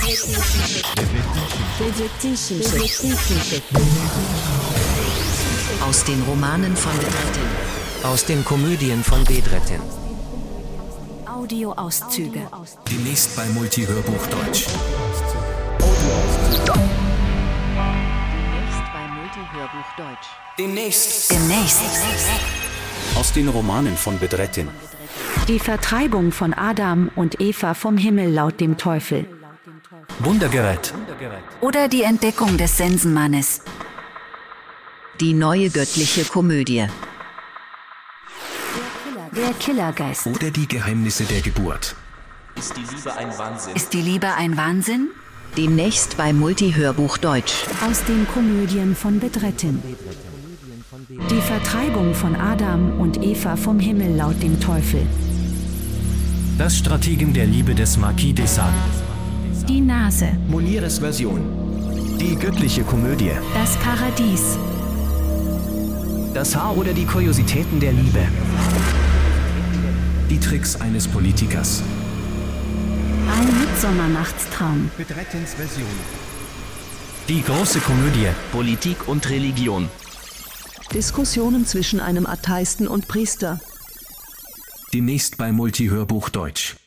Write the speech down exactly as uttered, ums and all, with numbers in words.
Aus den Romanen von Bedrettin. Aus den Komödien von Bedrettin. Audioauszüge. Demnächst bei Multihörbuch Deutsch. Demnächst bei Multihörbuch Deutsch. Demnächst. Demnächst. Aus den Romanen von Bedrettin. Die Vertreibung von Adam und Eva vom Himmel laut dem Teufel. Wundergerät. Oder die Entdeckung des Sensenmannes. Die neue göttliche Komödie. Der Killergeist. Oder die Geheimnisse der Geburt. Ist die Liebe ein Wahnsinn? Ist die Liebe ein Wahnsinn? Demnächst bei Multihörbuch Deutsch. Aus den Komödien von Bedrettin. Die Vertreibung von Adam und Eva vom Himmel laut dem Teufel. Das Strategen der Liebe des Marquis de Sade. Die Nase. Molières Version. Die göttliche Komödie. Das Paradies. Das Haar oder die Kuriositäten der Liebe. Die Tricks eines Politikers. Ein Mitsommernachtstraum. Bedrettins Version. Die große Komödie. Politik und Religion. Diskussionen zwischen einem Atheisten und Priester. Demnächst bei Multihörbuch Deutsch.